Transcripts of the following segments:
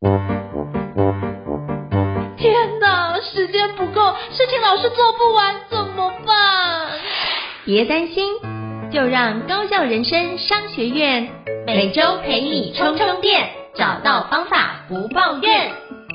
天哪，时间不够，事情老是做不完，怎么办？ 别担心，就让高效人生商学院每周陪你充充电，找到方法不抱怨。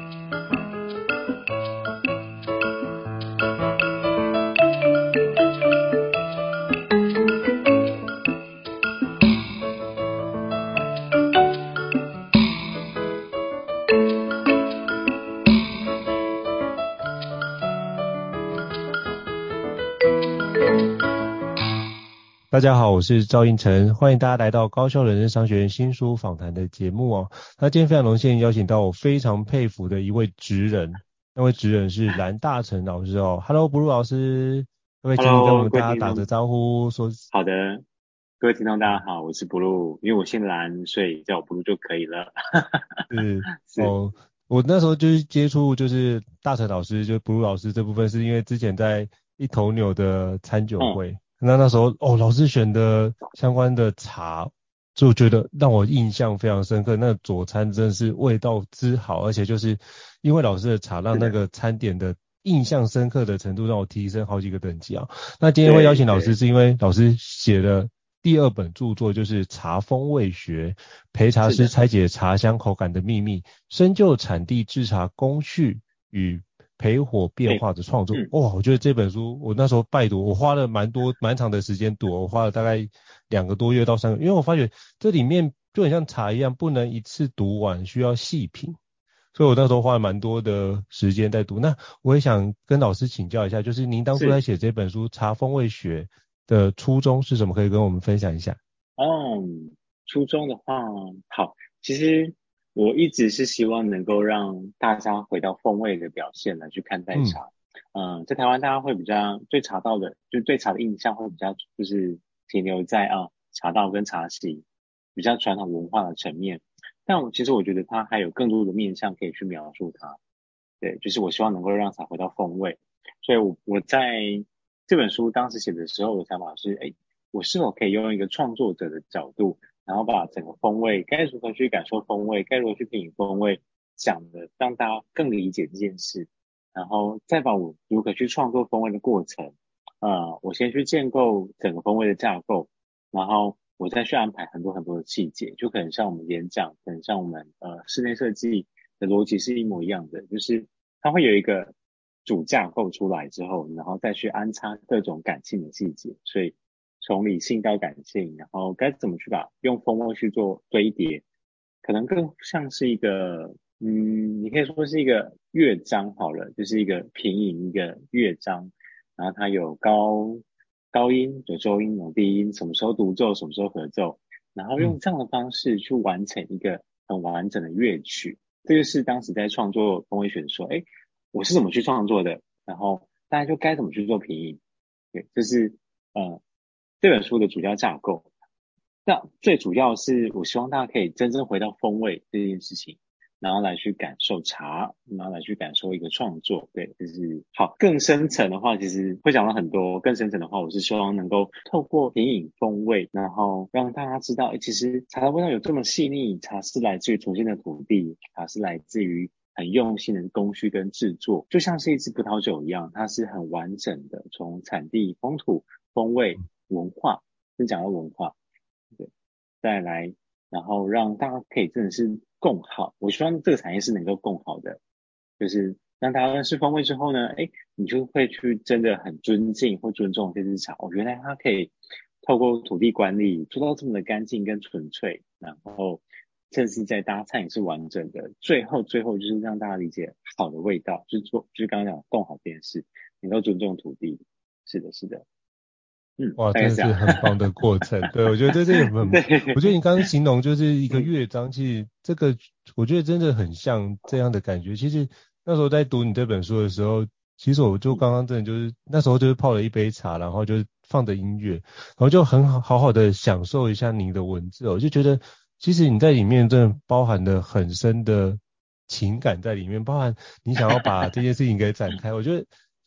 大家好，我是赵应成，欢迎大家来到高效人生商学院新书访谈的节目哦。那今天非常荣幸邀请到我非常佩服的一位职人，那位职人是蓝大成老师哦。Hello Blue 老师，可不可以请你跟我们大家打个招呼说？ 好的，各位听众大家好，我是 Blue， 因为我姓蓝，所以叫我 Blue 就可以了。 是哦，我那时候就是接触就是大成老师，就 Blue 老师这部分，是因为之前在一头牛的餐酒会。那时候老师选的相关的茶，就觉得让我印象非常深刻。那佐餐真的是味道之好，而且就是因为老师的茶，让那个餐点的印象深刻的程度让我提升好几个等级啊。那今天会邀请老师，是因为老师写了第2本著作，就是《茶风味学》，陪茶师拆解茶香口感的秘密，深究产地制茶工序与焙火变化的创作。我觉得这本书我那时候拜读，我花了蛮长的时间读，我花了大概2个多月到3个月，因为我发觉这里面就很像茶一样，不能一次读完，需要细品，所以我那时候花了蛮多的时间在读。那我也想跟老师请教一下，就是您当初在写这本书《茶风味学》的初衷是什么？可以跟我们分享一下？ 初衷的话，好，其实我一直是希望能够让大家回到风味的表现来去看待茶。在台湾大家会比较对茶道的，就对茶的印象会比较就是停留在茶道跟茶席比较传统文化的层面，但其实我觉得它还有更多的面向可以去描述它。对，就是我希望能够让茶回到风味，所以我在这本书当时写的时候，我的想法是，我是否可以用一个创作者的角度，然后把整个风味该如何去感受风味，该如何去品饮风味，讲的让大家更理解这件事，然后再把我如何去创作风味的过程，我先去建构整个风味的架构，然后我再去安排很多很多的细节，就可能像我们演讲，可能像我们室内设计的逻辑是一模一样的，就是它会有一个主架构出来之后，然后再去安插各种感性的细节，所以从理性到感性，然后该怎么去用风味去做堆叠，可能更像是一个你可以说是一个乐章好了，就是一个品饮一个乐章，然后它有高音，有中音，有低音，什么时候独奏，什么时候合奏，然后用这样的方式去完成一个很完整的乐曲。这就是当时在创作风味学的时候，我是怎么去创作的，然后大家就该怎么去做品饮。对，这是这本书的主要架构。那最主要是我希望大家可以真正回到风味这件事情，然后来去感受茶，然后来去感受一个创作。对，就是好。更深层的话，其实会讲到很多。更深层的话，我是希望能够透过品饮风味，然后让大家知道，其实茶的味道有这么细腻，茶是来自于重庆的土地，茶是来自于很用心的工序跟制作，就像是一支葡萄酒一样，它是很完整的，从产地、风土、风味、文化，先讲到文化。对，再来，然后让大家可以真的是共好。我希望这个产业是能够共好的，就是让大家认识风味之后呢，你就会去真的很尊敬或尊重这支茶。原来它可以透过土地管理做到这么的干净跟纯粹，然后甚至在搭餐也是完整的。最后就是让大家理解好的味道，就是刚刚讲共好这件事，能够尊重土地。是的，是的。 哇，真的是很棒的过程。对，我觉得这也我觉得你刚刚形容就是一个乐章，其实这个我觉得真的很像这样的感觉。其实那时候在读你这本书的时候，其实我就刚刚真的就是那时候就是泡了一杯茶，然后就放着音乐，然后就很好好的享受一下你的文字。我就觉得其实你在里面真的包含了很深的情感在里面，包含你想要把这件事情给展开。我觉得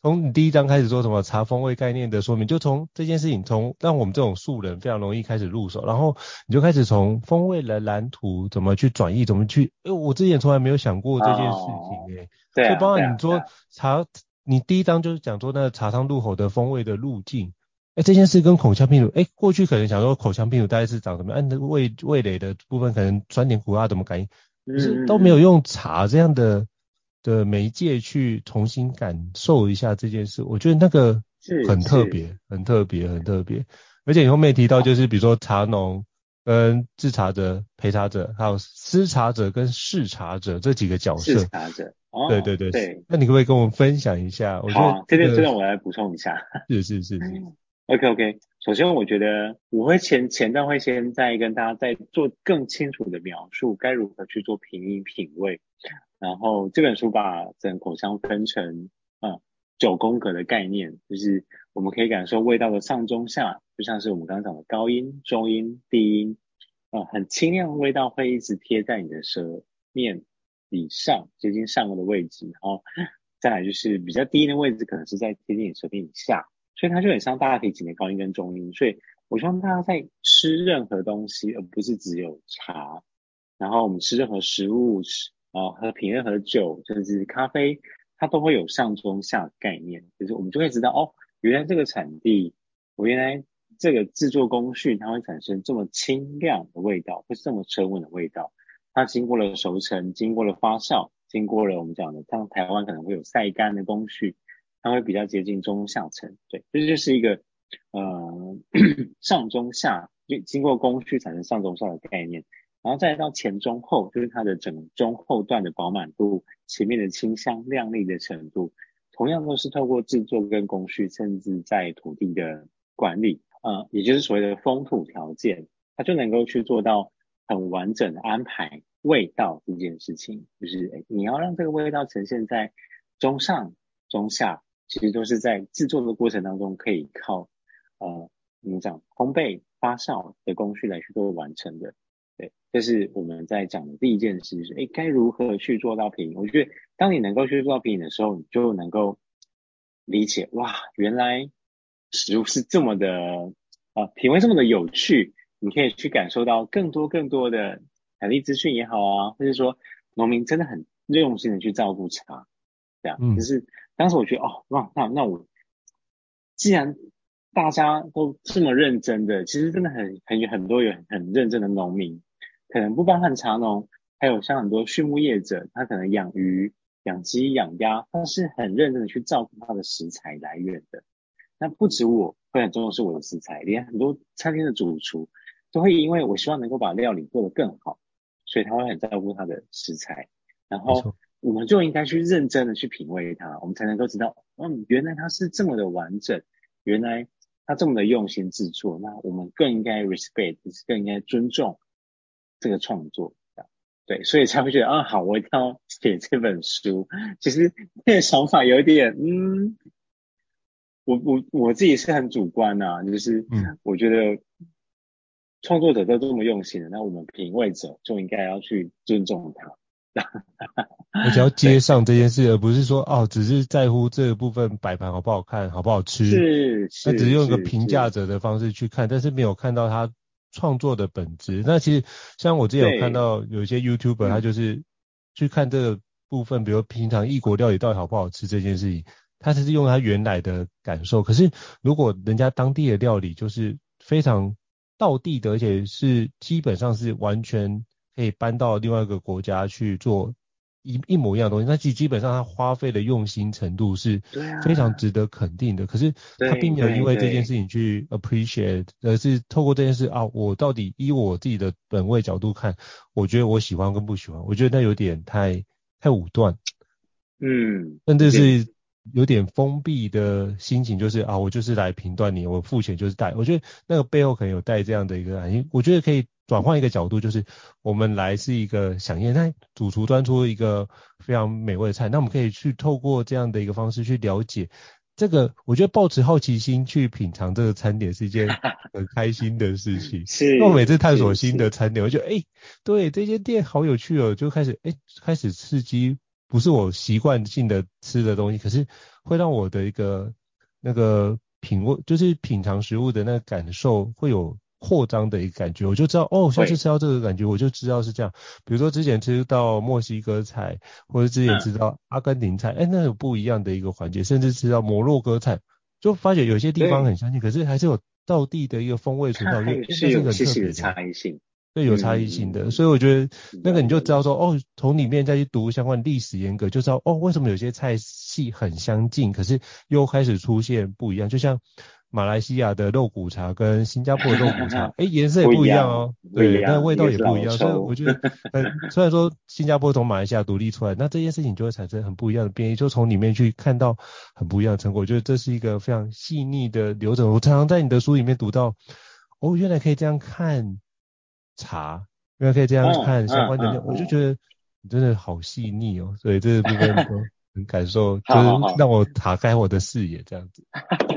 从你第一章开始说什么茶风味概念的说明，就从这件事情，从让我们这种素人非常容易开始入手，然后你就开始从风味的蓝图怎么去转译，怎么去，我之前从来没有想过这件事情所以包括你说茶，你第一章就是讲说那个茶汤入口的风味的路径。这件事跟口腔病毒，过去可能想说口腔病毒大概是长什么样，味蕾的部分可能酸甜苦辣怎么感应，可是都没有用茶这样的媒介去重新感受一下这件事，我觉得那个很特别，很特别，很特别。而且你后面提到就是比如说茶农跟制茶者、陪茶者，还有施茶者跟试茶者这几个角色。 试茶者， 对。那你可不可以跟我们分享一下？我觉得这段我来补充一下。 是。 OK， 首先我觉得我会前段会先再跟大家再做更清楚的描述，该如何去做品饮品味。然后这本书把整口腔分成9宫格的概念，就是我们可以感受味道的上中下，就像是我们刚刚讲的高音、中音、低音，很清亮的味道会一直贴在你的舌面以上，接近上颚的位置，然后再来就是比较低音的位置可能是在贴近你舌面以下，所以它就很像大提琴的高音跟中音。所以我希望大家在吃任何东西，而不是只有茶，然后我们吃任何食物，喝品任何酒，甚至咖啡，它都会有上中下的概念，就是我们就会知道原来这个产地，原来这个制作工序它会产生这么清亮的味道，会这么沉稳的味道，它经过了熟成，经过了发酵，经过了我们讲的像台湾可能会有晒干的工序，它会比较接近中下层。对，这就是一个上中下经过工序产生上中下的概念。然后再到前中后，就是它的整中后段的饱满度，前面的清香亮丽的程度，同样都是透过制作跟工序，甚至在土地的管理，也就是所谓的风土条件，它就能够去做到很完整的安排味道这件事情。就是你要让这个味道呈现在中上中下，其实都是在制作的过程当中可以靠我们讲烘焙发酵的工序来去做完成的。对，这是我们在讲的第一件事，就是该如何去做到品饮。我觉得当你能够去做到品饮的时候，你就能够理解，哇，原来食物是这么的品味这么的有趣，你可以去感受到更多的产地资讯也好啊，或者说农民真的很用心的去照顾茶，这样，就是当时我觉得哇，那我既然大家都这么认真的，其实真的很多有很认真的农民，可能不包含茶农，还有像很多畜牧业者，他可能养鱼、养鸡、养鸭，他是很认真的去照顾他的食材来源的。那不止我会很重视我的食材，连很多餐厅的主厨都会因为我希望能够把料理做得更好，所以他会很照顾他的食材。然后我们就应该去认真的去品味它，我们才能够知道，原来它是这么的完整，原来他这么的用心制作，那我们更应该 respect， 更应该尊重这个创作。对，所以才会觉得好，我一定要写这本书。其实这个想法有点我自己是很主观啊，就是我觉得创作者都这么用心的，那我们品味者就应该要去尊重他。 而且要接上这件事，而不是说只是在乎这个部分摆盘好不好看、好不好吃，那只是用一个评价者的方式去看，但是没有看到他创作的本质。那其实像我之前有看到有一些 YouTuber，他就是去看这个部分，比如平常异国料理到底好不好吃这件事情，他只是用他原来的感受。可是如果人家当地的料理就是非常道地的，而且是基本上是完全可以搬到另外一个国家去做一模一样的东西，那其实基本上他花费的用心程度是非常值得肯定的。可是他并没有因为这件事情去 appreciate， 而是透过这件事我到底以我自己的本位角度看，我觉得我喜欢跟不喜欢，我觉得那有点太武断，甚至是有点封闭的心情，就是我就是来评断你，我付钱就是带。我觉得那个背后可能有带这样的一个含义。我觉得可以转换一个角度，就是我们来是一个飨宴，那主厨端出一个非常美味的菜，那我们可以去透过这样的一个方式去了解这个。我觉得抱持好奇心去品尝这个餐点是一件很开心的事情。那我每次探索新的餐点，我觉得对这间店好有趣哦，就开始刺激不是我习惯性的吃的东西，可是会让我的一个那个品味，就是品尝食物的那个感受会有扩张的一个感觉，我就知道哦，下次吃到这个感觉，我就知道是这样。比如说之前吃到墨西哥菜，或者之前吃到阿根廷菜，那有不一样的一个环节，甚至吃到摩洛哥菜，就发觉有些地方很相近，可是还是有道地的一个风味存在，我觉得是那是一个很有细细的特别的。 差异性。 对，有差异性的，所以我觉得那个你就知道说， 有哦，从里面再去读相关历史沿革，就知道哦，为什么有些菜系很相近，可是又开始出现不一样，就像马来西亚的肉骨茶跟新加坡的肉骨茶，颜色也不一样哦，对，但味一个是道也不一样，所以老抽。 我觉得，虽然说新加坡从马来西亚独立出来，那这件事情就会产生很不一样的变异，就从里面去看到很不一样的成果，我觉得这是一个非常细腻的流程。我常常在你的书里面读到，哦，原来可以这样看茶。因为可以这样看相关的内容，我就觉得你真的好细腻哦，所以这个部分都很感受，就是让我打开我的视野这样子。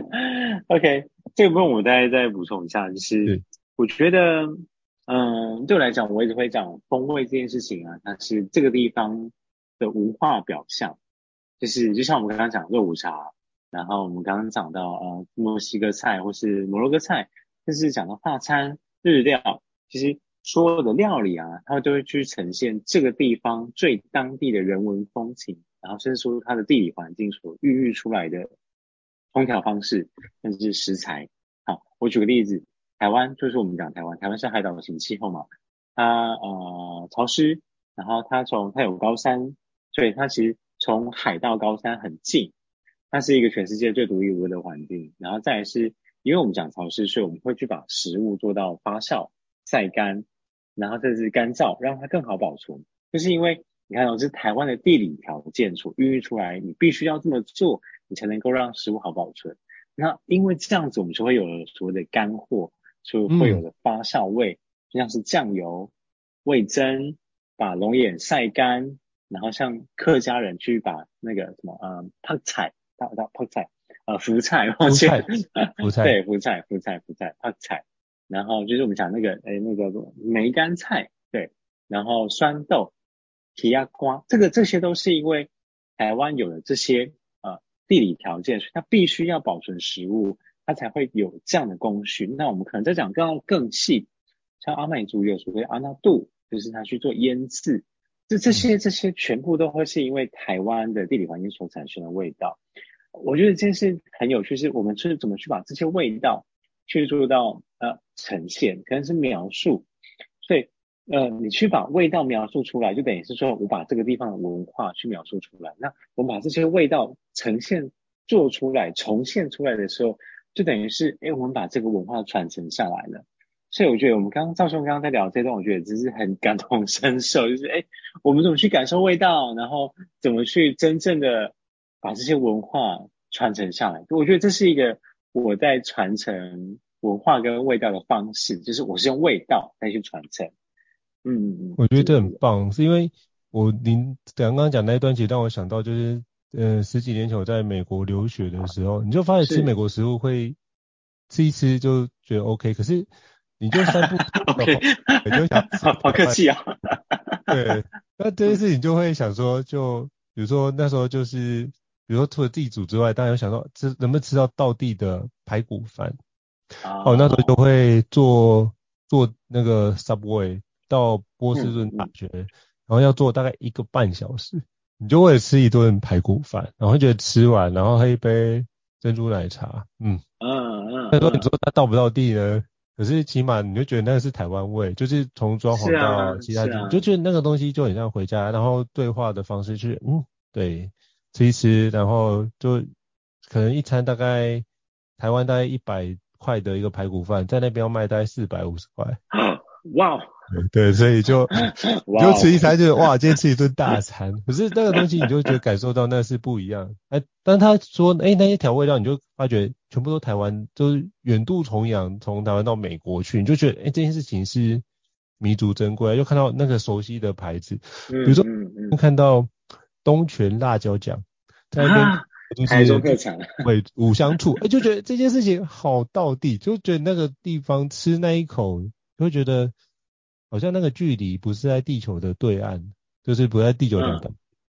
OK， 这个部分我再补充一下，就是我觉得，对我来讲，我一直会讲风味这件事情啊，它是这个地方的文化表象，就像我们刚刚讲肉骨茶，然后我们刚刚讲到墨西哥菜或是摩洛哥菜，甚至讲到法餐、日料，其实所有的料理啊，它都会去呈现这个地方最当地的人文风情，然后甚至说它的地理环境所孕育出来的烹调方式，甚至是食材。好，我举个例子，台湾就是我们讲台湾，台湾是海岛型气候嘛，它潮湿，然后它有高山，所以它其实从海到高山很近，它是一个全世界最独一无二的环境。然后再来是，因为我们讲潮湿，所以我们会去把食物做到发酵、晒干，然后甚至干燥，让它更好保存。就是因为你看哦，是台湾的地理条件所孕育出来，你必须要这么做，你才能够让食物好保存。那因为这样子，我们就会有了所谓的干货，就会有了发酵味，就像是酱油、味噌，把龙眼晒干，然后像客家人去把那个什么泡菜、泡菜福菜，抱歉，对，福菜泡菜，然后就是我们讲那个梅干菜，对，然后酸豆、皮亚瓜，这些都是因为台湾有了这些地理条件，所以它必须要保存食物，它才会有这样的工序。那我们可能再讲更细，像阿美族有所谓阿那杜，就是他去做腌制，这些全部都会是因为台湾的地理环境所产生的味道。我觉得这件事很有趣，是我们是怎么去把这些味道去做到呈现，可能是描述。所以你去把味道描述出来，就等于是说我把这个地方的文化去描述出来。那我们把这些味道呈现做出来、重现出来的时候，就等于是我们把这个文化传承下来了。所以我觉得我们赵兄刚刚在聊这段，我觉得真是很感同身受，就是我们怎么去感受味道，然后怎么去真正的把这些文化传承下来。我觉得这是一个我在传承文化跟味道的方式，就是我是用味道再去传承。 我觉得这很棒，是因为您刚刚讲那一段，其实让我想到就是十几年前我在美国留学的时候，你就发现吃美国食物会吃一吃就觉得 OK， 可是你就3步 OK， 你就想吃好客气啊。 对，那这件事情就会想说，就比如说那时候就是，比如说除了自己煮之外，当然有想到能不能吃到道地的排骨饭。那时候就会坐那个 Subway 到波士顿大学，然后要坐大概1个半小时，你就为了吃一顿排骨饭，然后会觉得吃完，然后喝一杯珍珠奶茶，那时候你说它到不到地呢？可是起码你就觉得那个是台湾味，就是从装潢到其他地方，就觉得那个东西就很像回家，然后对话的方式去，对，吃一吃，然后就可能一餐大概台湾大概100块的一个排骨饭，在那边要卖大概450块。 哇， 对，所以就你就吃一餐就哇，今天吃一顿大餐。可是那个东西你就觉得感受到那是不一样。但他说那些调味料，你就发觉全部都台湾，就是远渡重洋，从台湾到美国去，你就觉得这件事情是弥足珍贵，又看到那个熟悉的牌子，比如说看到东泉辣椒酱，在那边就是台中特产， 五香醋，就觉得这件事情好道地，就觉得那个地方吃那一口，就会觉得好像那个距离不是在地球的对岸，就是不在地球两端，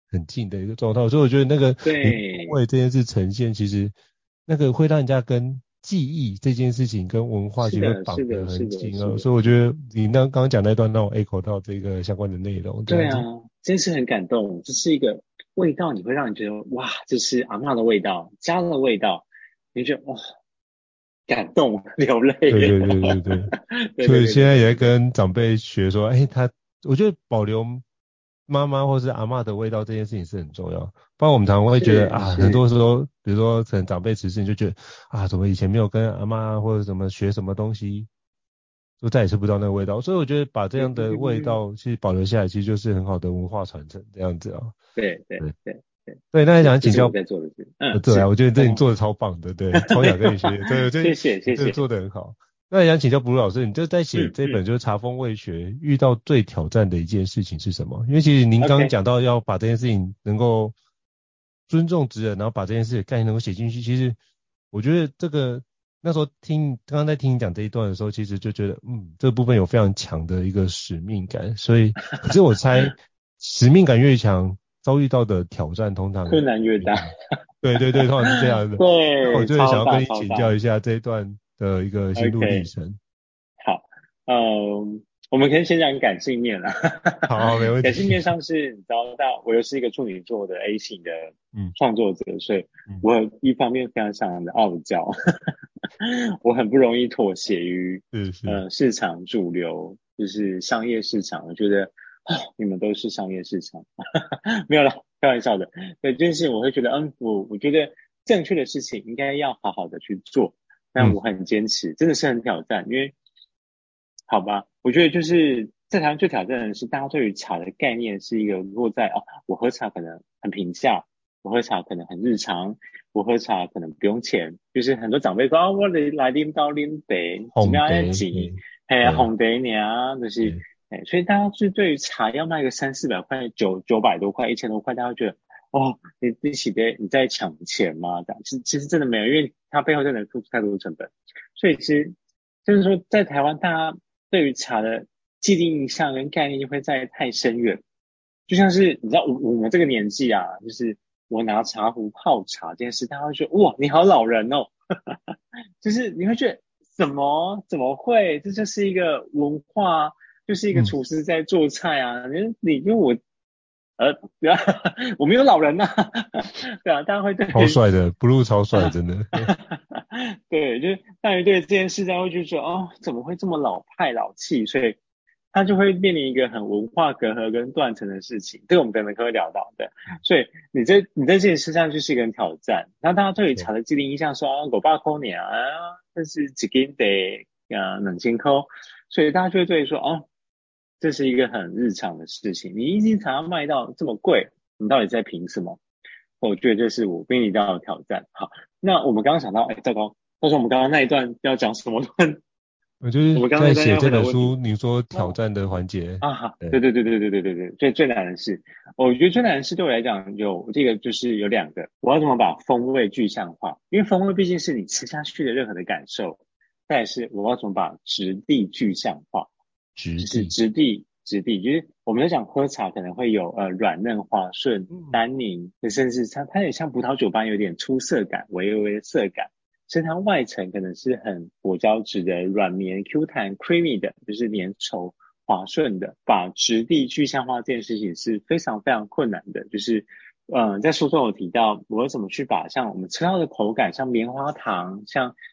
很近的一个状态，所以我觉得那个对， 为这件事呈现，其实那个会让人家跟记忆这件事情跟文化其实会是的，是的， 绑得是的， 很紧啊， 是的， 所以我觉得你刚刚讲那段让我 echo 到这个相关的内容，这对啊， 样子。 真是很感动。这是一个味道，你会让你觉得哇，这是阿嬷的味道，家的味道，你就觉得哇，感动流泪。 对对对对对， 对对对所以现在也在对对对对， 跟长辈学说，我觉得保留妈妈或是阿嬷的味道这件事情是很重要，不然我们常常会觉得啊，很是是， 多时候，比如说可能长辈辞世，你就觉得啊，怎么以前没有跟阿嬷或者什么学什么东西，就再也吃不到那个味道，所以我觉得把这样的味嗯， 道去保留下来，其实就是很好的文化传承这样子啊。 对对对对对， 对，那是， 想请教， 这是我在做的事。 对啊， 是， 我觉得然后这你做的超棒的，对，超没有， 想跟你学，对，我觉得谢谢谢谢。 你这个做的很好。那想请教卜鲁老师，你就在写嗯嗯这本就是茶风味学，遇到最挑战的一件事情是什么？因为其实您刚刚 ，OK， 讲到要把这件事情能够尊重职人，然后把这件事的概念能够写进去，其实我觉得这个那时候刚刚在听你讲这一段的时候，其实就觉得这部分有非常强的一个使命感，所以可是我猜使命感越强，遭遇到的挑战通常困难越大。 越大。对对对，通常是这样的。那我对， 就是想超大要跟你请教超大。 一下这一段的一个心路历 OK， 程。 好，我们可以先讲感性面啦。 好，没问题。 感性面上是，你知道，我又是一个处女座的 A 型的嗯创作者，所以嗯， 我一方面非常的傲娇，我很不容易妥协于是是， 市场主流，就是商业市场。我觉得你们都是商业市场，没有啦，开玩笑的。对这件事情，我会觉得，我觉得正确的事情应该要好好的去做，但嗯我很坚持，真的是很挑战，因为好吧，我觉得就是在台湾最挑战的是，大家对于茶的概念是一个落在我喝茶可能很平价，我喝茶可能很日常，我喝茶可能不用钱，就是很多长辈说我来拎刀拎杯，几秒要烘焙， 钱， 对嘿， 对红茶呢，就是对， 所以大家是对于茶要卖个300-400块、900多块、1000多块，大家会觉得你你在抢钱吗？这样，其实真的没有，因为它背后真的付出太多的成本，所以其实就是说，在台湾大家对于茶的既定印象跟概念会在太深远，就像是你知道我们这个年纪啊，就是我拿茶壶泡茶这件事，大家会觉得哇，你好老人哦，就是你会觉得怎么会？这就是一个文化，就是一个嗯， 厨师在做菜啊。因为对啊，我没有老人呐、对啊，大家会对于超帅的，Blue 超帅，真的。 对，就是大家对这件事，大家会就说怎么会这么老派老气？所以他就会面临一个很文化隔阂跟断层的事情。这个我们等可能会聊到的。所以你在这件事上就是一个人挑战。那大家对于对， 茶的既定印象说狗爸抠你这是几斤得冷清抠，所以大家就会对说这是一个很日常的事情。你一斤茶要卖到这么贵，你到底在凭什么？我觉得这是我跟你到的挑战。好，那我们刚刚想到，糟糕，到时候我们刚刚那一段要讲什么段？ 我就是我们刚刚那段要在写这回答问题。 本书，你说挑哦， 战的环节， 好，对对， 对对对对对对对，最难的是，我觉得最难的是对我来讲有这个就是有两个，我要怎么把风味具象化？因为风味毕竟是你吃下去的任何的感受，但是我要怎么把质地具象化？就是质地， 质地，就是我们在讲喝茶可能会有软嫩滑顺、 嗯， 单宁，甚至它也像葡萄酒般有点出色感、微微的涩感，所以它外层可能是很果胶质的软绵 Q 弹 creamy 的，就是粘稠滑顺的。把质地具象化这件事情是非常非常困难的，就是在书中有提到我要怎么去把像我们吃到的口感，像棉花糖，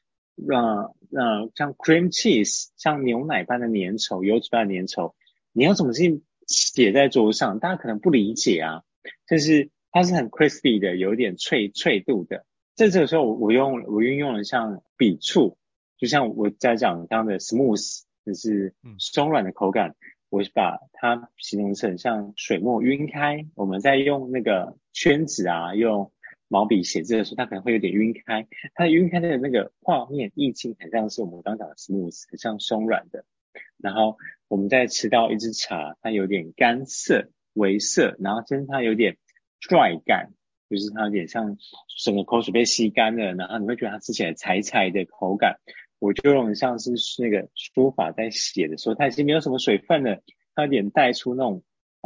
像 cream cheese，像牛奶般的粘稠、油脂般的粘稠，你要怎么去写在桌上？大家可能不理解啊，就是它是很 crispy 的，有一点脆度的。这个时候我运用了像笔触，就像我在讲刚刚的 smooth，就是嗯， 松软的口感，我把它形容成像水墨晕开。我们在用那个宣纸用毛笔写字的时候，它可能会有点晕开。它晕开的那个画面意境很像是我们刚刚讲的 smooth，很像松软的。然后我们再吃到一支茶，它有点干涩、微涩，然后甚至它有点 dry 感，就是它有点像整个口水被吸干了，然后你会觉得它吃起来柴柴的口感。我就有点像是那个书法在写的时候，它已经没有什么水分了，它有点带出那种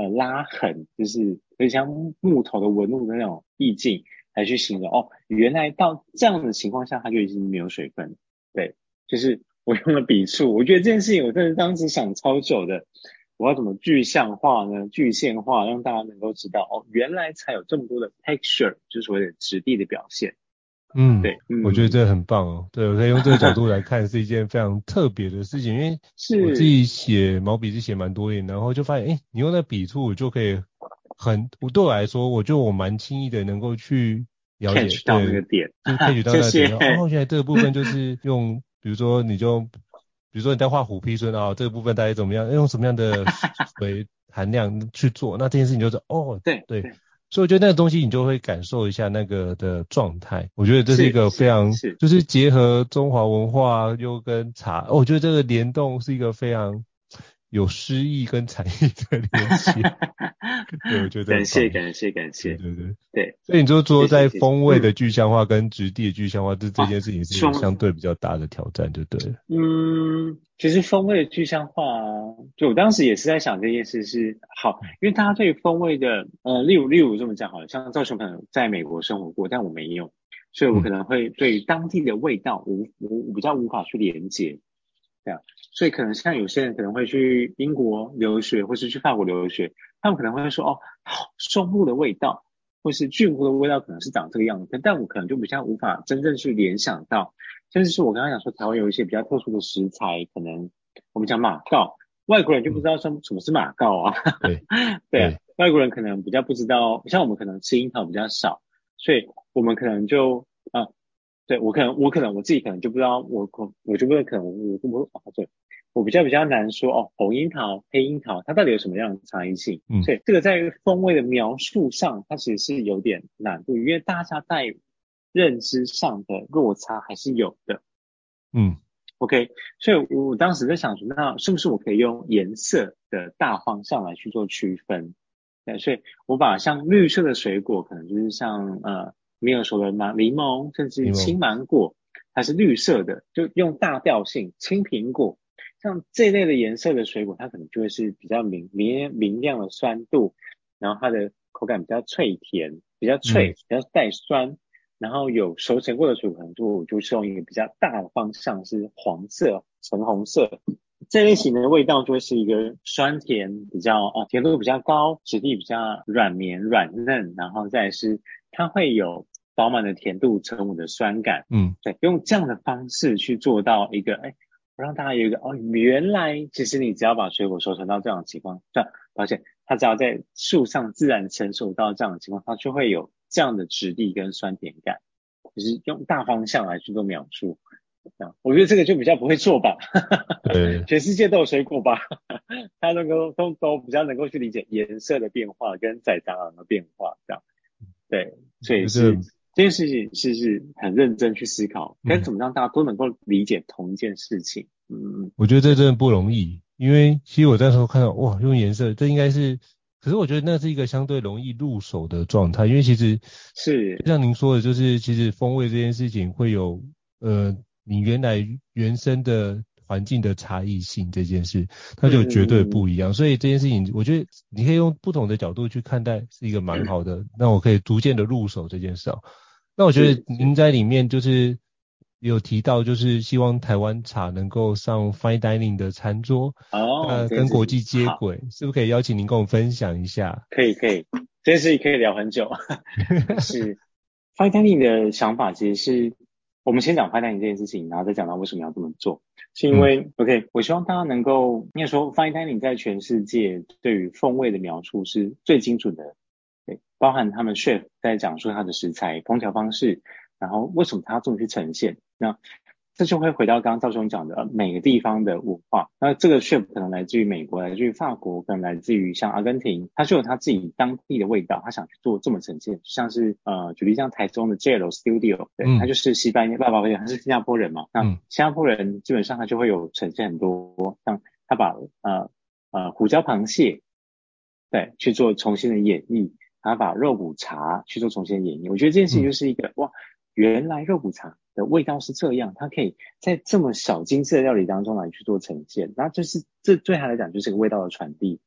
拉痕，就是有点像木头的纹路的那种意境来去形容。哦，原来到这样的情况下，它就已经没有水分。对，就是我用了笔触，我觉得这件事情我真的当时想超久的。我要怎么具象化呢？具现化，让大家能够知道哦，原来才有这么多的 texture，就是所谓的质地的表现。对， 我觉得这很棒哦。对，我可以用这个角度来看，是一件非常特别的事情。因为我自己写毛笔是写蛮多年，然后就发现，你用那笔触就可以对我来说，我觉得我蛮轻易的能够去了解 catch 到那个点， 就是 catch 到那个点。原来这个部分就是用，比如说你在画虎皮孙啊，这个部分大概怎么样，用什么样的水含量去做，那这件事情就是对。所以我觉得那个东西你就会感受一下那个的状态。我觉得这是一个非常就是结合中华文化又跟茶，我觉得这个联动是一个非常有诗意跟禅意的连接。对，我觉得很棒。 感谢。对， 所以你就说在风味的具象化跟质地的具象化，这件事情是相对比较大的挑战，就对了。 其实风味的具象化就我当时也是在想这件事是好，因为大家对于风味的例如这么讲好了，像赵雄可能在美国生活过，但我没有，所以我可能会对于当地的味道我比较无法去连接。这样，所以可能像有些人可能会去英国留学，或是去法国留学，他们可能会说松木的味道，或是菌菇的味道可能是长这个样子，但我可能就比较无法真正去联想到，甚至是我刚刚讲说台湾有一些比较特殊的食材，可能我们讲马告，外国人就不知道说什么是马告啊，对，外国人可能比较不知道，像我们可能吃樱桃比较少，所以我们可能就对，我可能我自己可能就不知道，我就不会可能对，我比较难说红樱桃、黑樱桃它到底有什么样的差异性？所以这个在于风味的描述上，它其实是有点难度，因为大家在认知上的落差还是有的。OK， 所以我当时在想说，那是不是我可以用颜色的大方向来去做区分？对，所以我把像绿色的水果，可能就是像没有熟的柠檬，甚至青芒果，它是绿色的，就用大调性；青苹果，像这类的颜色的水果，它可能就会是比较明亮的酸度，然后它的口感比较脆甜，比较脆，比较带酸。然后有熟成过的水果，可能我就是用一个比较大的方向是黄色、橙红色。这类型的味道就会是一个酸甜比较甜度比较高，质地比较软绵软嫩，然后再是它会有饱满的甜度、沉稳的酸感。对，用这样的方式去做到一个让大家有一个原来其实你只要把水果熟成到这样的情况，而且它只要在树上自然成熟到这样的情况，它就会有这样的质地跟酸甜感，就是用大方向来去做描述。我觉得这个就比较不会做吧，对，全世界都有水果吧，他都比较能够去理解颜色的变化跟在当然的变化，这样，对，所以是这件事情是很认真去思考，该怎么让大家都能够理解同一件事情。 我觉得这真的不容易，因为其实我那时候看到哇，用颜色，这应该是，可是我觉得那是一个相对容易入手的状态，因为其实是就像您说的，就是其实风味这件事情会有你原生的环境的差异性这件事，它就绝对不一样。所以这件事情，我觉得你可以用不同的角度去看待，是一个蛮好的。那我可以逐渐的入手这件事。那我觉得您在里面就是有提到，就是希望台湾茶能够上 fine dining 的餐桌，跟国际接轨，是不是可以邀请您跟我分享一下？ 可以，这件事情可以聊很久。是 fine dining 的想法其实是。我们先讲 fine dining 这件事情，然后再讲到为什么要这么做，是因为OK， 我希望大家能够，应该说 fine dining 在全世界对于风味的描述是最精准的，对，包含他们 chef 在讲述他的食材、烹调方式，然后为什么他要这么去呈现，那这就会回到刚刚赵兄讲的每个地方的文化。那这个 chef 可能来自于美国，来自于法国，可能来自于像阿根廷，他就有他自己当地的味道，他想去做这么呈现。像是举例像台中的 Jello Studio， 对，他就是西班牙爸爸，他是新加坡人嘛。那新加坡人基本上他就会有呈现很多，像他把胡椒螃蟹对去做重新的演绎，他把肉骨茶去做重新的演绎。我觉得这件事情就是一个哇，原来肉骨茶的味道是这样，它可以在这么小精致的料理当中来去做呈现，然后就是这对他来讲就是个味道的传递。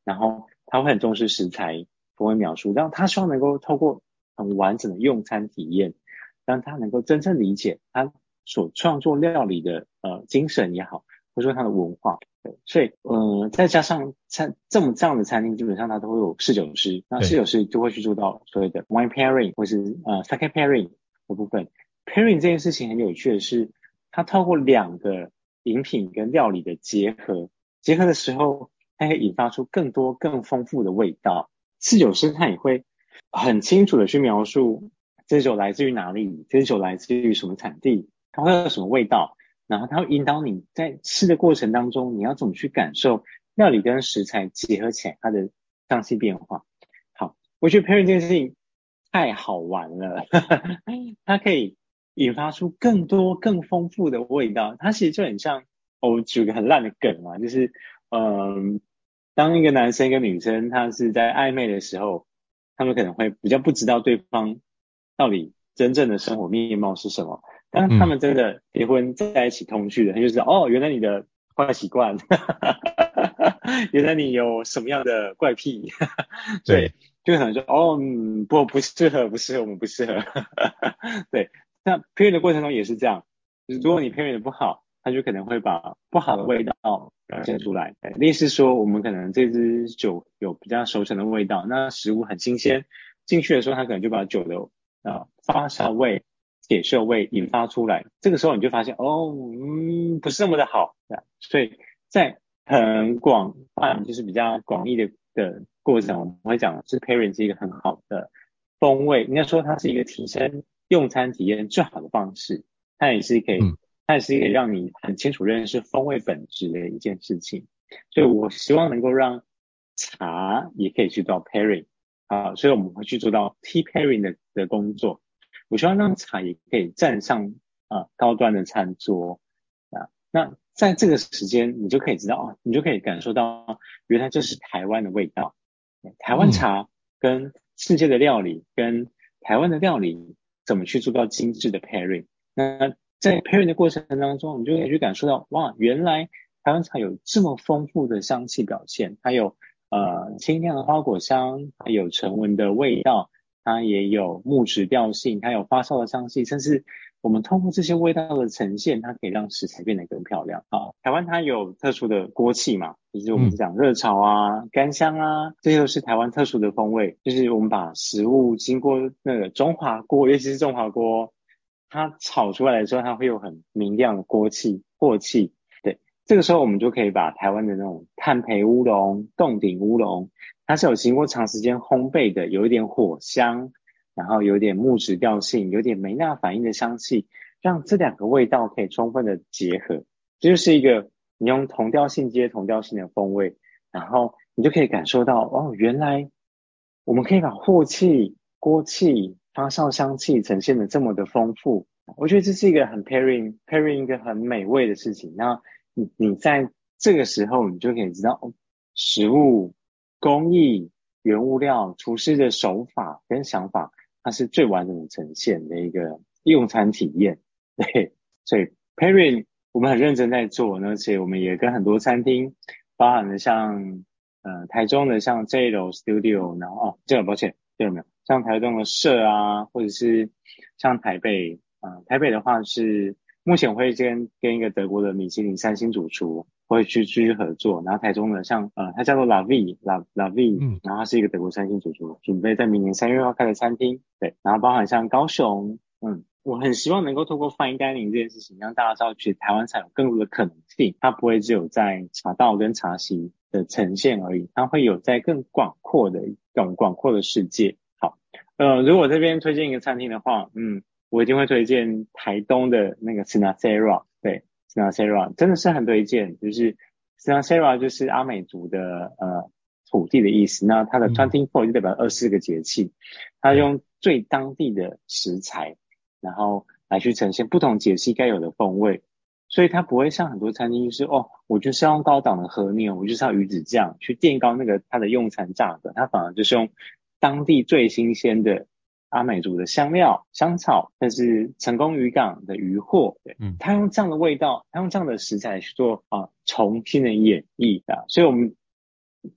然后他会很重视食材风味描述，让他希望能够透过很完整的用餐体验，让他能够真正理解他所创作料理的精神也好，或者说他的文化。对，所以再加上这样的餐厅，基本上它都会有侍酒师，那侍酒师就会去做到所谓的 wine pairing 或是sake pairing 的部分。pairing 这件事情很有趣的是，它透过两个饮品跟料理的结合的时候，它可以引发出更多更丰富的味道。侍酒师他也会很清楚的去描述这酒来自于哪里，这酒来自于什么产地，它会有什么味道，然后它会引导你在吃的过程当中，你要怎么去感受料理跟食材结合起来它的香气变化。好，我觉得 pairing 这件事情太好玩了它可以引发出更多更丰富的味道。它其实就很像我举个很烂的梗嘛，就是当一个男生跟女生他是在暧昧的时候，他们可能会比较不知道对方到底真正的生活面貌是什么。当他们真的结婚在一起同居了，他就知道哦，原来你的坏习惯原来你有什么样的怪癖对，就可能说哦不适合我们不适合对，那 pairing 的过程中也是这样，就是如果你 pairing 的不好，他就可能会把不好的味道表现出来。类似说我们可能这支酒有比较熟成的味道，那食物很新鲜，进去的时候他可能就把酒的发酵味铁锈味引发出来，这个时候你就发现不是那么的好，所以在很广泛就是比较广义的过程，我们会讲是 pairing 是一个很好的风味，应该说它是一个提升用餐体验最好的方式，它也是可以让你很清楚认识风味本质的一件事情。所以我希望能够让茶也可以去做 pairing 所以我们会去做到 tea pairing 的工作。我希望让茶也可以站上高端的餐桌那在这个时间你就可以知道你就可以感受到原来这是台湾的味道。台湾茶跟世界的料理跟台湾的料理怎么去做到精致的 pairing。那在 pairing 的过程当中，你就可以去感受到哇，原来台湾茶有这么丰富的香气表现，它有清亮的花果香，它有沉稳的味道，它也有木质调性，它有发酵的香气，甚至我们通过这些味道的呈现，它可以让食材变得更漂亮台湾它有特殊的锅气嘛，就是我们讲热炒干香这些都是台湾特殊的风味，就是我们把食物经过那个中华锅，尤其是中华锅，它炒出来的时候，它会有很明亮的锅气对，这个时候我们就可以把台湾的那种炭焙乌龙、洞顶乌龙，它是有经过长时间烘焙的，有一点火香，然后有点木质调性，有点梅纳反应的香气，让这两个味道可以充分的结合，这就是一个你用同调性接同调性的风味，然后你就可以感受到原来我们可以把锅气、发酵香气呈现的这么的丰富。我觉得这是一个很 pairing 一个很美味的事情。那你在这个时候，你就可以知道食物、工艺、原物料、厨师的手法跟想法，它是最完整的呈现的一个用餐体验。对，所以 pairing 我们很认真在做，而且我们也跟很多餐厅，包含了像台中的像 JLO Studio， 然后抱歉，对没有？像台中的社或者是像台北台北的话是目前会跟一个德国的米其林3星主厨会去继续合作，然后台中的像它叫做 La V， 然后它是一个德国3星主厨，准备在明年3月要开的餐厅。对，然后包含像高雄我很希望能够透过 fine dining 这件事情，让大家知道其实台湾才有更多的可能性，它不会只有在茶道跟茶席的呈现而已，它会有在更广阔的世界。好，如果这边推荐一个餐厅的话，我一定会推荐台东的那个 Sinasera， 对 Sinasera 真的是很推荐，就是 Sinasera 就是阿美族的土地的意思，那它的 24 就代表24个节气，它用最当地的食材，然后来去呈现不同节气该有的风味，所以它不会像很多餐厅就是我就是要用高档的和牛，我就是要鱼子酱去垫高那个它的用餐价格，它反而就是用当地最新鲜的阿美族的香料、香草，但是成功渔港的渔获，对，它用这样的味道，它用这样的食材去做重新的演绎所以我们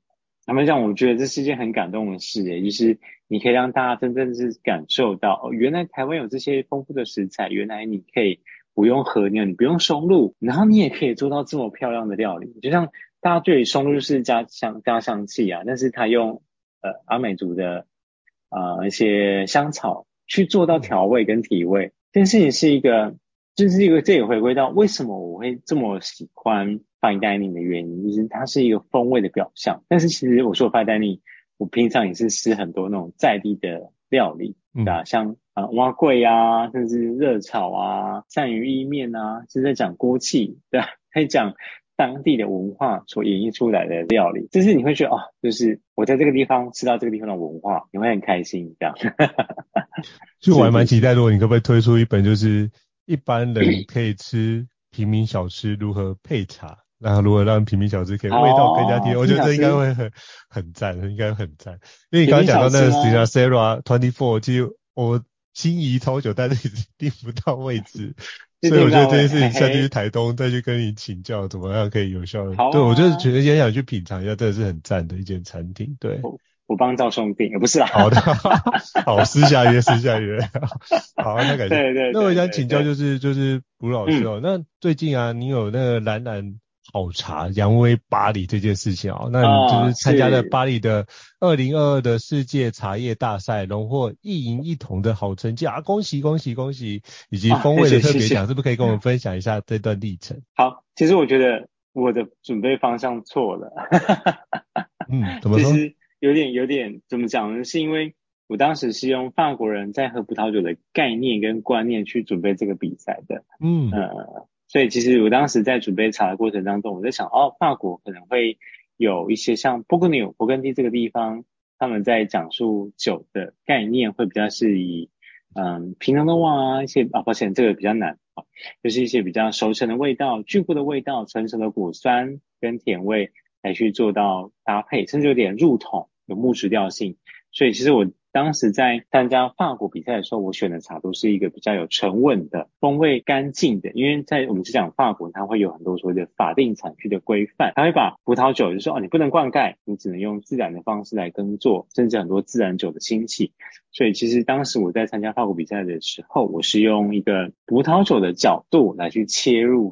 坦白讲，我觉得这是一件很感动的事耶，就是你可以让大家真正是感受到，哦，原来台湾有这些丰富的食材，原来你可以不用和牛，你不用松露，然后你也可以做到这么漂亮的料理。就像大家对于松露是加香气啊，但是他用阿美族的一些香草去做到调味跟提味，这件事情是一个。这也回归到为什么我会这么喜欢 fine dining 的原因，就是它是一个风味的表象。但是其实我说的 fine dining，我平常也是吃很多那种在地的料理，对吧？像蛙桂啊，甚至热炒啊、鳝鱼意面啊，是在讲锅气，对吧？在讲当地的文化所演绎出来的料理，就是你会觉得哦，就是我在这个地方吃到这个地方的文化，你会很开心，这样。 就我还蛮期待，如果你可不可以推出一本，就是一般人可以吃平民小吃如何配茶，然后如何让平民小吃可以味道更加提升，我觉得这应该会很赞，应该很赞。因为你刚刚讲到那个 Sarah 24，其实我心仪超久，但是一直订不到位置，所以我觉得这件事情下去台东再去跟你请教，怎么样可以有效的。对，我就是觉得也想去品尝一下，真的是很赞的一间餐厅。对。 我帮赵兄订，不是啦。 好的，好，私下约。好，那感谢。 对。 那我想请教就是卜老师哦，那最近啊，你有那个蓝蓝好茶扬威巴黎这件事情哦，那你就是参加了巴黎的2022的世界茶叶大赛，荣获1银1铜的好成绩啊，恭喜！以及风味的特别奖，是不是可以跟我们分享一下这段历程？ 好，其实我觉得我的准备方向错了。 怎么说？ 其实有点怎么讲呢？是因为我当时是用法国人在喝葡萄酒的概念跟观念去准备这个比赛的。所以其实我当时在准备茶的过程当中，我在想，法国可能会有一些像勃艮第这个地方，他们在讲述酒的概念会比较是以平常的啊一些抱歉，这个比较难啊，就是一些比较熟成的味道、巨固的味道、成熟的果酸跟甜味来去做到搭配，甚至有点入桶，有木质调性。所以其实我当时在参加法国比赛的时候，我选的茶都是一个比较有沉稳的风味干净的，因为在我们是讲法国，它会有很多所谓的法定产区的规范，它会把葡萄酒就是说你不能灌溉，你只能用自然的方式来耕作，甚至很多自然酒的兴起。所以其实当时我在参加法国比赛的时候，我是用一个葡萄酒的角度来去切入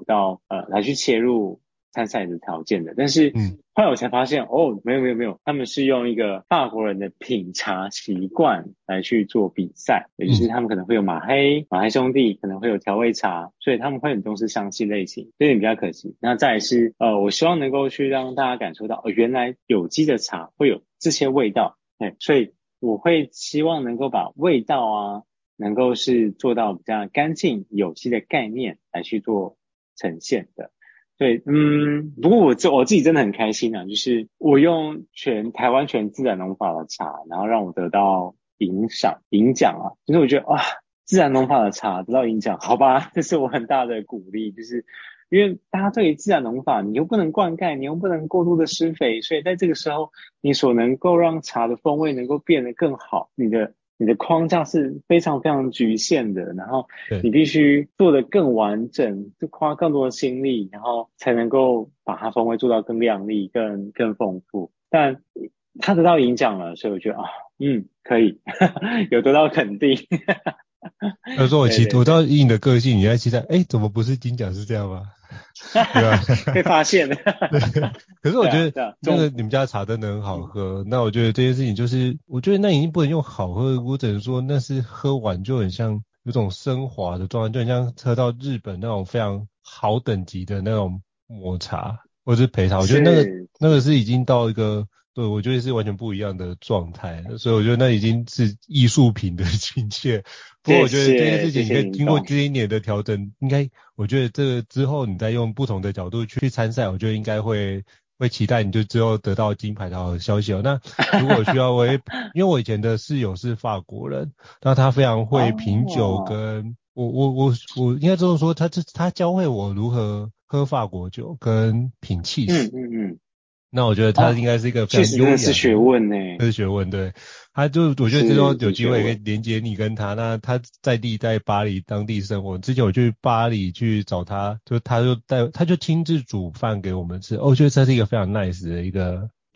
参赛的条件的，但是后来我才发现没有，他们是用一个法国人的品茶习惯来去做比赛，也就是他们可能会有马黑兄弟，可能会有调味茶，所以他们会很重视香气类型，这点比较可惜。那再来是我希望能够去让大家感受到原来有机的茶会有这些味道，所以我会希望能够把味道啊能够是做到比较干净有机的概念来去做呈现的。对，不过我自己真的很开心啊，就是我用台湾全自然农法的茶，然后让我得到银奖啊，就是我觉得自然农法的茶得到银奖，好吧，这是我很大的鼓励，就是因为大家对于自然农法，你又不能灌溉，你又不能过度的施肥，所以在这个时候，你所能够让茶的风味能够变得更好，你的框架是非常非常局限的，然后你必须做得更完整，就花更多的心力，然后才能够把它风味做到更亮丽、更丰富。但他得到银奖了，所以我觉得可以，有得到肯定。 他说我知道以你的个性，你在期待，怎么不是金奖是这样吗？对吧？ 被发现了。 对，可是我觉得那个你们家的茶真的很好喝，那我觉得这件事情就是，我觉得那已经不能用好喝，我只能说那是喝完就很像有种升华的状态，就很像喝到日本那种非常好等级的那种抹茶或者是焙茶，我觉得那个是已经到一个。对，我觉得是完全不一样的状态，所以我觉得那已经是艺术品的境界。不过我觉得这件事情应该经过这一年的调整，应该我觉得这个之后你再用不同的角度去参赛，我觉得应该会期待你就之后得到金牌的好消息哦。那如果需要因为我以前的室友是法国人，那他非常会品酒，跟我应该这么说，他教会我如何喝法国酒跟品cheese。那我觉得他应该是一个非常优雅的， 是学问呢， 这是学问，对。他就我觉得之后有机会可以连接你跟他，那他在巴黎当地生活，之前我去巴黎去找他，他就亲自煮饭给我们吃，我觉得这是一个非常 nice 的一个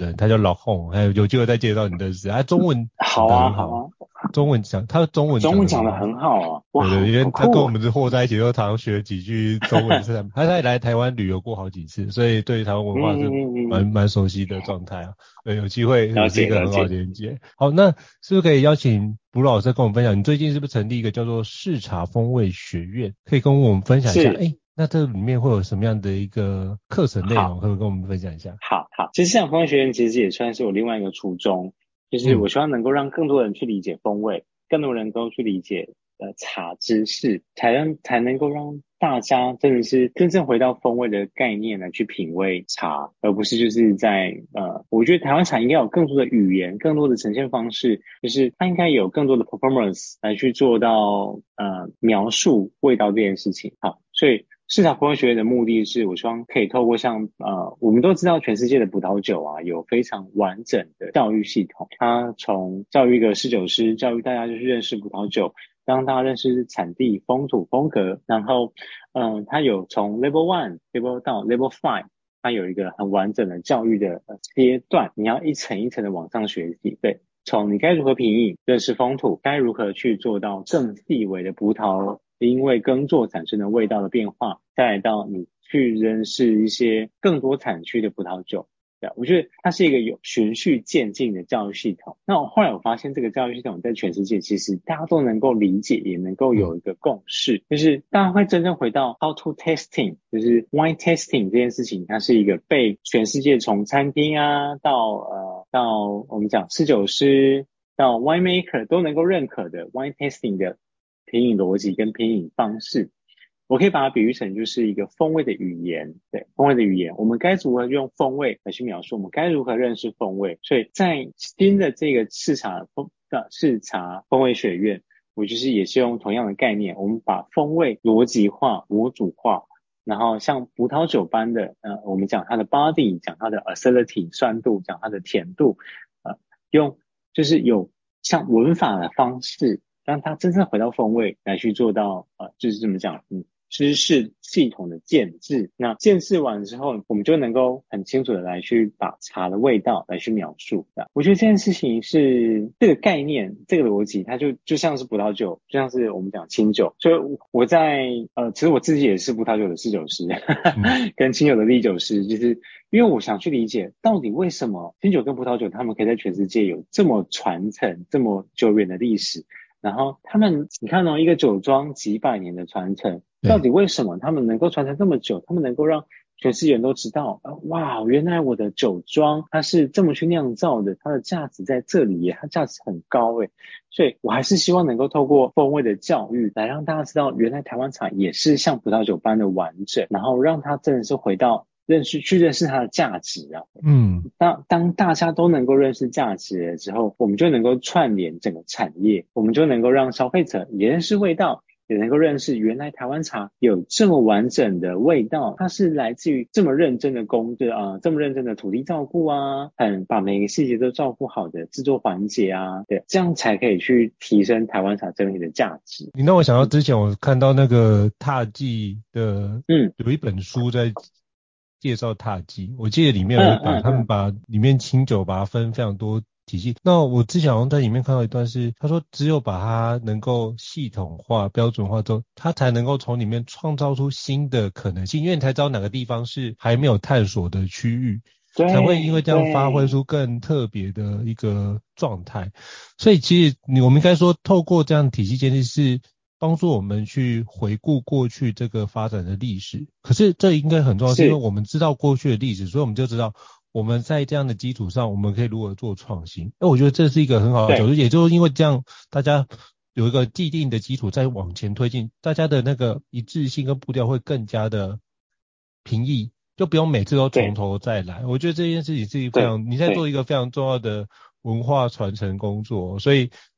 人，他叫老洪，还有机会再介绍你认识。他中文讲得很好，中文讲得很好啊，哇， 对对，因为他跟我们是和在一起，都常常学几句中文是他来台湾旅游过好几次，所以对台湾文化是蛮熟悉的状态啊。对，有机会也是一个很好的连接。好，那是不是可以邀请卜老师跟我们分享，你最近是不是成立一个叫做视茶风味学院？可以跟我们分享一下？那这里面会有什么样的一个课程内容？可不可以跟我们分享一下？ 好，其实视茶风味学院其实也算是我另外一个初衷，就是我希望能够让更多人去理解风味，更多人能够去理解茶知识，才能够让大家真的是真正回到风味的概念来去品味茶，而不是就是在我觉得台湾茶应该有更多的语言，更多的呈现方式，就是它应该有更多的 performance 来去做到描述味道这件事情。好，所以视茶风味学院的目的是我希望可以透过像我们都知道全世界的葡萄酒啊有非常完整的教育系统，它从教育一个侍酒师，教育大家就是认识葡萄酒，让大家认识产地、风土、风格，然后它有从 Level 1 到 Level 5，它有一个很完整的教育的阶段，你要一层一层的往上学习。对，从你该如何品饮，认识风土，该如何去做到更细微的葡萄因为耕作产生的味道的变化，再来到你去认识一些更多产区的葡萄酒。对，我觉得它是一个有循序渐进的教育系统。那后来我发现这个教育系统在全世界其实大家都能够理解，也能够有一个共识，就是大家会真正回到 how to tasting， 就是 wine tasting 这件事情，它是一个被全世界从餐厅啊到我们讲侍酒师到 winemaker 都能够认可的 wine tasting 的品饮逻辑跟品饮方式。我可以把它比喻成就是一个风味的语言，对，风味的语言，我们该如何用风味来去描述，我们该如何认识风味。所以在新的这个视茶风味学院，我就是也是用同样的概念，我们把风味逻辑化、模组化，然后像葡萄酒般的我们讲它的 body， 讲它的 acidity 酸度，讲它的甜度，用就是有像文法的方式，让它真正回到风味来去做到就是这么讲，知识系统的建制。那建制完之后，我们就能够很清楚的来去把茶的味道来去描述。我觉得这件事情是这个概念，这个逻辑，它就像是葡萄酒，就像是我们讲清酒。所以我在其实我自己也是葡萄酒的侍酒师，跟清酒的历酒师，就是因为我想去理解到底为什么清酒跟葡萄酒他们可以在全世界有这么传承、这么久远的历史。然后他们，你看一个酒庄几百年的传承，到底为什么他们能够传承这么久？他们能够让全世界人都知道，哇，原来我的酒庄它是这么去酿造的，它的价值在这里耶，它价值很高耶。所以我还是希望能够透过风味的教育，来让大家知道，原来台湾茶也是像葡萄酒般的完整，然后让它真的是回到去认识它的价值啊。当大家都能够认识价值了之后，我们就能够串联整个产业，我们就能够让消费者也认识味道，也能够认识原来台湾茶有这么完整的味道，它是来自于这么认真的这么认真的土地照顾啊，把每个细节都照顾好的制作环节啊，对，这样才可以去提升台湾茶整体的价值。 你让我想到之前我看到那个踏迹的，有一本书在介绍踏迹，我记得里面有他们把里面清酒把它分非常多体系。那我之前好像在里面看到一段是，他说只有把它能够系统化、标准化之后，它才能够从里面创造出新的可能性，因为你才知道哪个地方是还没有探索的区域，才会因为这样发挥出更特别的一个状态。所以其实我们应该说，透过这样体系建立是帮助我们去回顾过去这个发展的历史。可是这应该很重要，是因为我们知道过去的历史，所以我们就知道我们在这样的基础上，我们可以如何做创新。我觉得这是一个很好的角度，也就是因为这样，大家有一个既定的基础再往前推进，大家的那个一致性跟步调会更加的平易，就不用每次都从头再来。我觉得这件事情是非常，你在做一个非常重要的文化传承工作，所以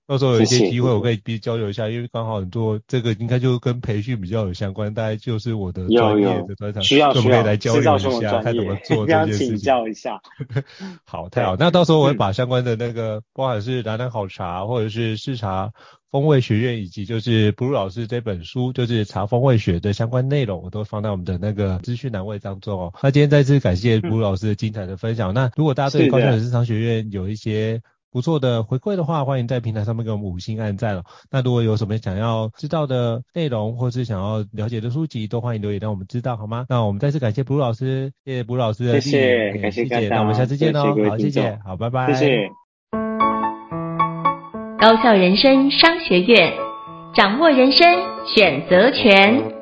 到时候有一些机会谢谢我可以交流一下，因为刚好很多这个应该就跟培训比较有相关，大概就是我的专业的专长， 需要所以我们可以来交制造流一下， 胸的专看怎么业，一定做这要请件事情。 教一下。 好，太好。 对， 那到时候我会嗯， 把相关的那个，包含是南南好茶或者是视茶风味学院，以及就是布鲁老师这本书，就是茶风味学的相关内容，我都放在我们的那个资讯栏位当中哦。那今天再次感谢布鲁老师的精彩的分享。那如果大家对是的， 高校人事商学院有一些不错的回馈的话，欢迎在平台上面给我们5星按赞哦。那如果有什么想要知道的内容，或是想要了解的书籍，都欢迎留言让我们知道，好吗？那我们再次感谢布鲁老师，谢谢布鲁老师的谢莅临， 谢，感谢大谢谢。那我们下家， 次见哦， 谢谢各位好，谢听众， 谢，好，拜拜。 谢谢。 高校人生商学院，掌握人生选择权。